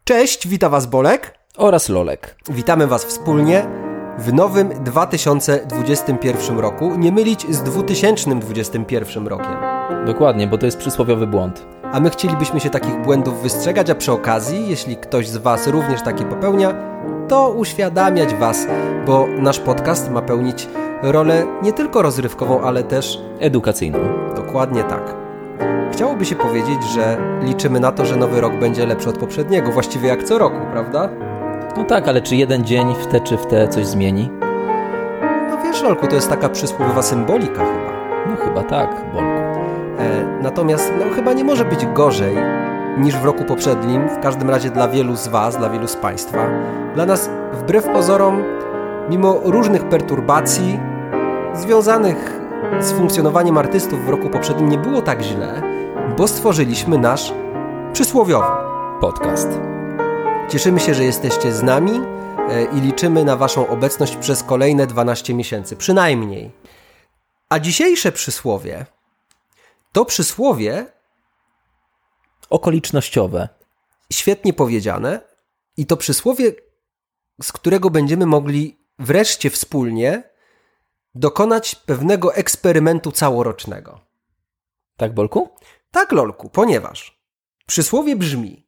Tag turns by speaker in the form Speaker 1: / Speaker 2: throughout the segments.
Speaker 1: Cześć, wita Was Bolek
Speaker 2: oraz Lolek.
Speaker 1: Witamy Was wspólnie w nowym 2021 roku. Nie mylić z 2021 rokiem.
Speaker 2: Dokładnie, bo to jest przysłowiowy błąd.
Speaker 1: A my chcielibyśmy się takich błędów wystrzegać, a przy okazji, jeśli ktoś z Was również takie popełnia, to uświadamiać Was, bo nasz podcast ma pełnić rolę nie tylko rozrywkową, ale też
Speaker 2: edukacyjną.
Speaker 1: Dokładnie tak. Chciałoby się powiedzieć, że liczymy na to, że nowy rok będzie lepszy od poprzedniego, właściwie jak co roku, prawda?
Speaker 2: No tak, ale czy jeden dzień w te czy w te coś zmieni?
Speaker 1: No wiesz, Lolku, to jest taka przysłowiowa symbolika chyba.
Speaker 2: No chyba tak, Bolku.
Speaker 1: Natomiast chyba nie może być gorzej niż w roku poprzednim, w każdym razie dla wielu z Was, dla wielu z Państwa. Dla nas, wbrew pozorom, mimo różnych perturbacji związanych z funkcjonowaniem artystów w roku poprzednim, nie było tak źle, bo stworzyliśmy nasz przysłowiowy
Speaker 2: podcast.
Speaker 1: Cieszymy się, że jesteście z nami i liczymy na Waszą obecność przez kolejne 12 miesięcy, przynajmniej. A dzisiejsze przysłowie to przysłowie
Speaker 2: okolicznościowe.
Speaker 1: Świetnie powiedziane i to przysłowie, z którego będziemy mogli wreszcie wspólnie dokonać pewnego eksperymentu całorocznego.
Speaker 2: Tak, Bolku?
Speaker 1: Tak, Lolku, ponieważ przysłowie brzmi: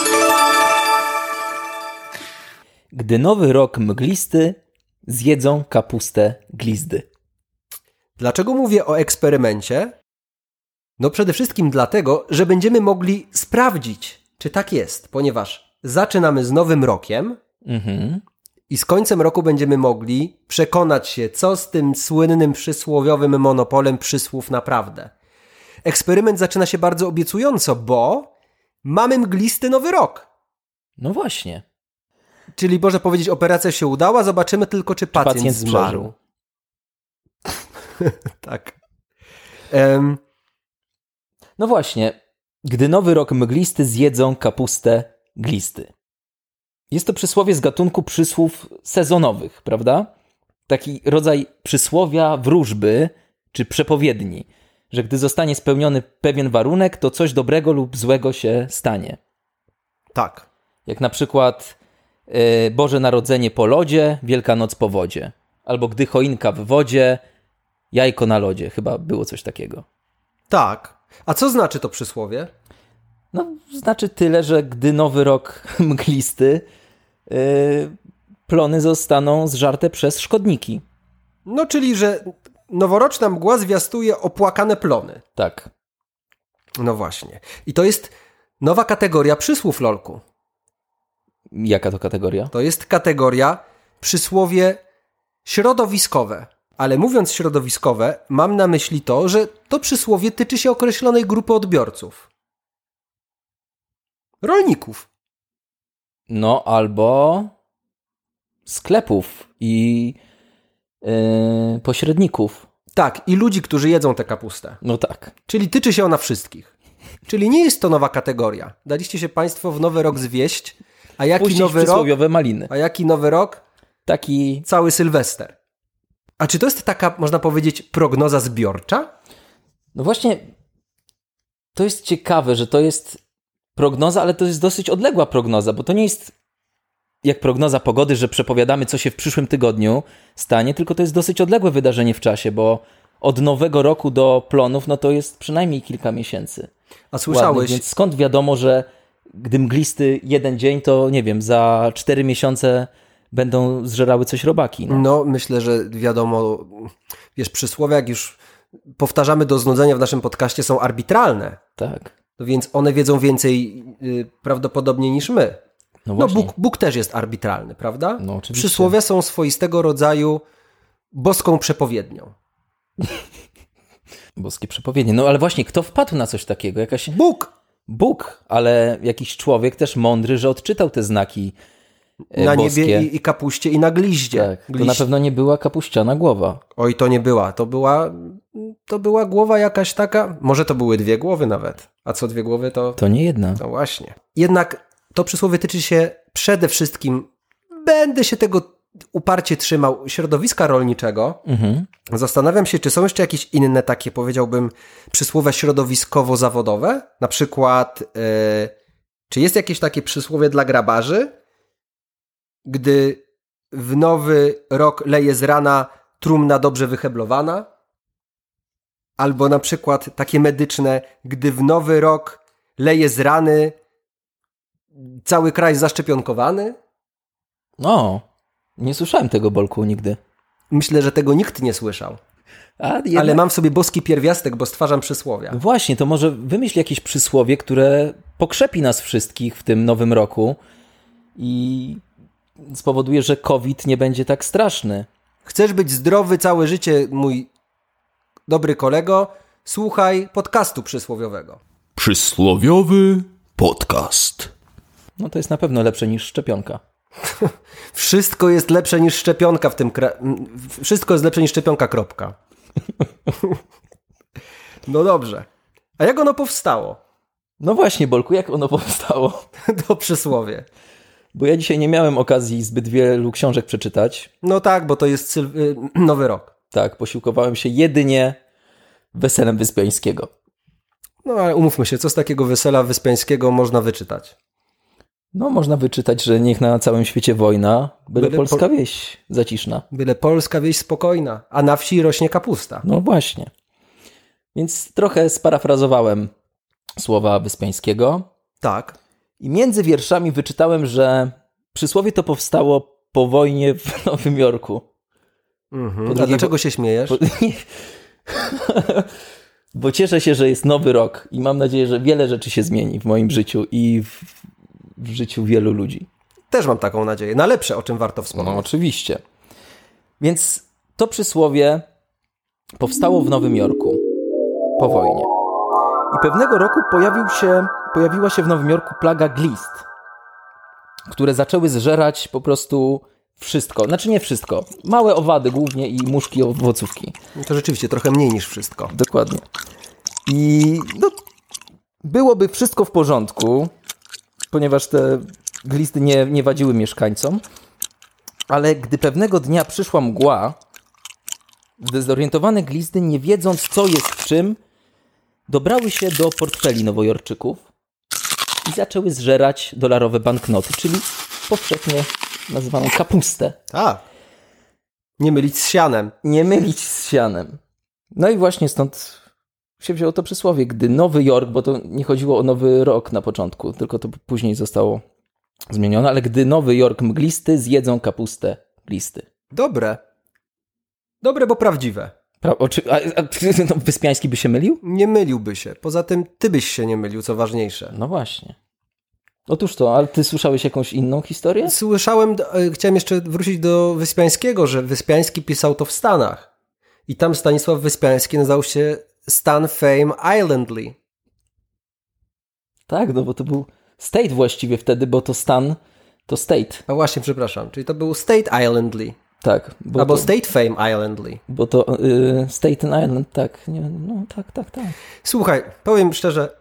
Speaker 2: gdy nowy rok mglisty, zjedzą kapustę glizdy.
Speaker 1: Dlaczego mówię o eksperymencie? No przede wszystkim dlatego, że będziemy mogli sprawdzić, czy tak jest, ponieważ zaczynamy z nowym rokiem i z końcem roku będziemy mogli przekonać się, co z tym słynnym przysłowiowym monopolem przysłów naprawdę. Eksperyment zaczyna się bardzo obiecująco, bo mamy mglisty nowy rok.
Speaker 2: No właśnie.
Speaker 1: Czyli można powiedzieć, operacja się udała, zobaczymy tylko, czy pacjent zmarł. Tak.
Speaker 2: No właśnie. Gdy nowy rok mglisty, zjedzą kapustę glisty. Jest to przysłowie z gatunku przysłów sezonowych, prawda? Taki rodzaj przysłowia, wróżby czy przepowiedni, że gdy zostanie spełniony pewien warunek, to coś dobrego lub złego się stanie.
Speaker 1: Tak.
Speaker 2: Jak na przykład Boże Narodzenie po lodzie, Wielkanoc po wodzie. Albo gdy choinka w wodzie, jajko na lodzie. Chyba było coś takiego.
Speaker 1: Tak. A co znaczy to przysłowie?
Speaker 2: No, znaczy tyle, że gdy nowy rok mglisty, plony zostaną zżarte przez szkodniki.
Speaker 1: No, czyli, że noworoczna mgła zwiastuje opłakane plony.
Speaker 2: Tak.
Speaker 1: No właśnie. I to jest nowa kategoria przysłów, Lolku.
Speaker 2: Jaka to kategoria?
Speaker 1: To jest kategoria przysłowie środowiskowe. Ale mówiąc środowiskowe, mam na myśli to, że to przysłowie tyczy się określonej grupy odbiorców. Rolników.
Speaker 2: No, albo sklepów i pośredników.
Speaker 1: Tak, i ludzi, którzy jedzą tę kapustę.
Speaker 2: No tak.
Speaker 1: Czyli tyczy się ona wszystkich. Czyli nie jest to nowa kategoria. Daliście się Państwo w nowy rok zwieść. A jaki
Speaker 2: puścić
Speaker 1: nowy
Speaker 2: przysłowiowe
Speaker 1: rok?
Speaker 2: maliny.
Speaker 1: A jaki nowy rok?
Speaker 2: Taki
Speaker 1: cały Sylwester. A czy to jest taka, można powiedzieć, prognoza zbiorcza?
Speaker 2: No właśnie, to jest ciekawe, że to jest prognoza, ale to jest dosyć odległa prognoza, bo to nie jest jak prognoza pogody, że przepowiadamy, co się w przyszłym tygodniu stanie, tylko to jest dosyć odległe wydarzenie w czasie, bo od nowego roku do plonów, no to jest przynajmniej kilka miesięcy.
Speaker 1: A słyszałeś?
Speaker 2: Ładnych, więc skąd wiadomo, że gdy mglisty jeden dzień, to nie wiem, za 4 miesiące będą zżerały coś robaki.
Speaker 1: No, myślę, że wiadomo, wiesz, przysłowia, jak już powtarzamy do znudzenia w naszym podcaście, są arbitralne.
Speaker 2: Tak.
Speaker 1: No więc one wiedzą więcej prawdopodobnie niż my. No Bóg też jest arbitralny, prawda?
Speaker 2: No oczywiście.
Speaker 1: Przysłowia są swoistego rodzaju boską przepowiednią.
Speaker 2: Boskie przepowiednie. No ale właśnie, kto wpadł na coś takiego?
Speaker 1: Bóg,
Speaker 2: ale jakiś człowiek też mądry, że odczytał te znaki
Speaker 1: na
Speaker 2: boskie.
Speaker 1: Niebie i kapuście i na gliździe.
Speaker 2: Tak, to na pewno nie była kapuściana głowa.
Speaker 1: Oj, to nie była. To była głowa jakaś taka, może to były 2 głowy nawet. A co 2 głowy to...
Speaker 2: To nie jedna.
Speaker 1: No właśnie. Jednak to przysłowie tyczy się przede wszystkim, będę się tego uparcie trzymał, środowiska rolniczego. Zastanawiam się, czy są jeszcze jakieś inne takie, powiedziałbym, przysłowia środowiskowo-zawodowe? Na przykład Czy jest jakieś takie przysłowie dla grabarzy? Gdy w nowy rok leje z rana, trumna dobrze wyheblowana? Albo na przykład takie medyczne, gdy w nowy rok leje z rany, cały kraj zaszczepionkowany?
Speaker 2: No, nie słyszałem tego, Bolku, nigdy.
Speaker 1: Myślę, że tego nikt nie słyszał. Ale mam w sobie boski pierwiastek, bo stwarzam przysłowia.
Speaker 2: Właśnie, to może wymyśl jakieś przysłowie, które pokrzepi nas wszystkich w tym nowym roku i spowoduje, że COVID nie będzie tak straszny.
Speaker 1: Chcesz być zdrowy całe życie, mój dobry kolego? Słuchaj podcastu przysłowiowego.
Speaker 3: Przysłowiowy podcast.
Speaker 2: No to jest na pewno lepsze niż szczepionka.
Speaker 1: Wszystko jest lepsze niż szczepionka w tym Wszystko jest lepsze niż szczepionka, kropka. No dobrze. A jak ono powstało?
Speaker 2: No właśnie, Bolku, jak ono powstało?
Speaker 1: To przysłowie.
Speaker 2: Bo ja dzisiaj nie miałem okazji zbyt wielu książek przeczytać.
Speaker 1: No tak, bo to jest nowy rok.
Speaker 2: Tak, posiłkowałem się jedynie Weselem Wyspiańskiego.
Speaker 1: No ale umówmy się, co z takiego Wesela Wyspiańskiego można wyczytać?
Speaker 2: No można wyczytać, że niech na całym świecie wojna, byle polska wieś zaciszna.
Speaker 1: Byle polska wieś spokojna, a na wsi rośnie kapusta.
Speaker 2: No właśnie. Więc trochę sparafrazowałem słowa Wyspiańskiego.
Speaker 1: Tak.
Speaker 2: I między wierszami wyczytałem, że przysłowie to powstało po wojnie w Nowym Jorku.
Speaker 1: A dlaczego się śmiejesz?
Speaker 2: Bo cieszę się, że jest nowy rok i mam nadzieję, że wiele rzeczy się zmieni w moim życiu i w życiu wielu ludzi.
Speaker 1: Też mam taką nadzieję. Na lepsze, o czym warto wspomnieć.
Speaker 2: No oczywiście. Więc to przysłowie powstało w Nowym Jorku po wojnie. I pewnego roku pojawiła się w Nowym Jorku plaga glist, które zaczęły zżerać po prostu wszystko. Znaczy nie wszystko. Małe owady głównie i muszki owocówki.
Speaker 1: To rzeczywiście trochę mniej niż wszystko.
Speaker 2: Dokładnie. I no, byłoby wszystko w porządku, ponieważ te glisty nie wadziły mieszkańcom, ale gdy pewnego dnia przyszła mgła, zdezorientowane glisty, nie wiedząc co jest w czym, dobrały się do portfeli nowojorczyków i zaczęły zżerać dolarowe banknoty, czyli powszechnie nazywaną kapustę.
Speaker 1: Tak. Nie mylić z sianem.
Speaker 2: Nie mylić z sianem. No i właśnie stąd się wzięło to przysłowie, gdy Nowy Jork, bo to nie chodziło o Nowy Rok na początku, tylko to później zostało zmienione, ale gdy Nowy Jork mglisty, zjedzą kapustę glisty.
Speaker 1: Dobre. Dobre, bo prawdziwe.
Speaker 2: No, Wyspiański by się mylił?
Speaker 1: Nie myliłby się. Poza tym ty byś się nie mylił, co ważniejsze.
Speaker 2: No właśnie. Otóż to, ale ty słyszałeś jakąś inną historię?
Speaker 1: Słyszałem, chciałem jeszcze wrócić do Wyspiańskiego, że Wyspiański pisał to w Stanach. I tam Stanisław Wyspiański nazywał się Stan Fame Islandly.
Speaker 2: Tak, no bo to był state właściwie wtedy, bo to stan to state.
Speaker 1: A właśnie, przepraszam. Czyli to był State Islandly.
Speaker 2: Tak.
Speaker 1: Albo State Fame Islandly.
Speaker 2: Bo to Staten Island, tak. Nie, no tak.
Speaker 1: Słuchaj, powiem szczerze,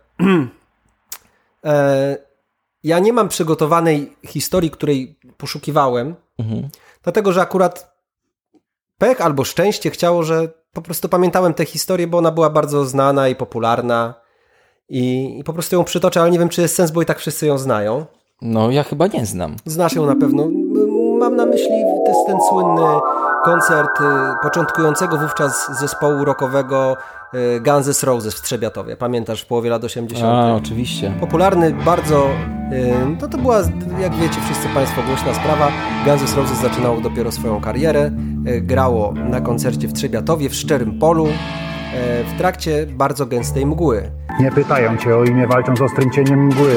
Speaker 1: ja nie mam przygotowanej historii, której poszukiwałem, dlatego, że akurat pech albo szczęście chciało, że po prostu pamiętałem tę historię, bo ona była bardzo znana i popularna i po prostu ją przytoczę, ale nie wiem, czy jest sens, bo i tak wszyscy ją znają.
Speaker 2: No, ja chyba nie znam.
Speaker 1: Znasz ją na pewno. Mam na myśli ten słynny koncert początkującego wówczas zespołu rockowego Guns N' Roses w Trzebiatowie. Pamiętasz, w połowie lat 80.
Speaker 2: A, oczywiście.
Speaker 1: Popularny, bardzo... to była, jak wiecie wszyscy Państwo, głośna sprawa. Guns N' Roses zaczynało dopiero swoją karierę. Grało na koncercie w Trzebiatowie, w szczerym polu, w trakcie bardzo gęstej mgły.
Speaker 4: Nie pytają cię o imię, walczą z ostrym cieniem mgły.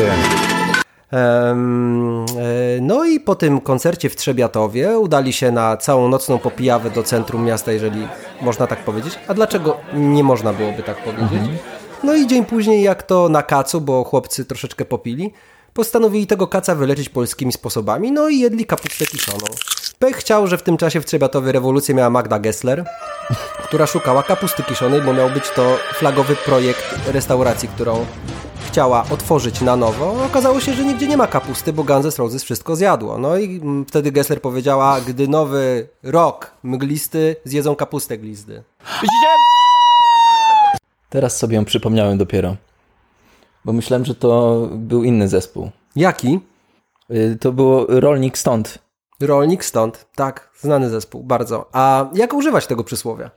Speaker 1: No i po tym koncercie w Trzebiatowie udali się na całą nocną popijawę do centrum miasta, jeżeli można tak powiedzieć. A dlaczego nie można byłoby tak powiedzieć? No i dzień później, jak to na kacu, bo chłopcy troszeczkę popili, postanowili tego kaca wyleczyć polskimi sposobami, no i jedli kapustę kiszoną. Pech chciał, że w tym czasie w Trzebiatowie rewolucję miała Magda Gessler, która szukała kapusty kiszonej, bo miał być to flagowy projekt restauracji, którą chciała otworzyć na nowo. Okazało się, że nigdzie nie ma kapusty, bo Guns N' Roses wszystko zjadło. No i wtedy Gessler powiedziała, gdy nowy rok mglisty, zjedzą kapustę glizdy.
Speaker 2: Teraz sobie ją przypomniałem dopiero. Bo myślałem, że to był inny zespół.
Speaker 1: Jaki?
Speaker 2: To było Rolling Stone.
Speaker 1: Rolling Stone, tak, znany zespół, bardzo. A jak używać tego przysłowia?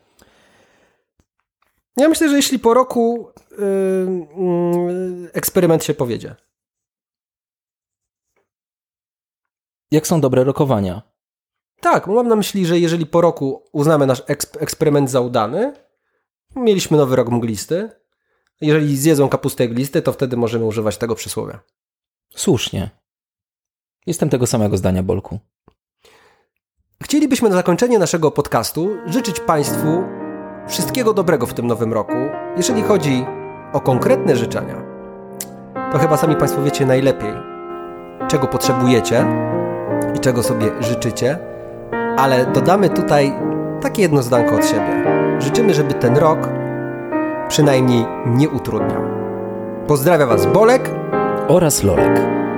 Speaker 1: Ja myślę, że jeśli po roku eksperyment się powiedzie.
Speaker 2: Jak są dobre rokowania?
Speaker 1: Tak, mam na myśli, że jeżeli po roku uznamy nasz eksperyment za udany, mieliśmy nowy rok mglisty, jeżeli zjedzą kapustę glistę, to wtedy możemy używać tego przysłowia.
Speaker 2: Słusznie. Jestem tego samego zdania, Bolku.
Speaker 1: Chcielibyśmy na zakończenie naszego podcastu życzyć Państwu wszystkiego dobrego w tym nowym roku. Jeżeli chodzi o konkretne życzenia, to chyba sami Państwo wiecie najlepiej, czego potrzebujecie i czego sobie życzycie, ale dodamy tutaj takie jedno zdanko od siebie. Życzymy, żeby ten rok przynajmniej nie utrudniał. Pozdrawiam Was Bolek
Speaker 2: oraz Lolek.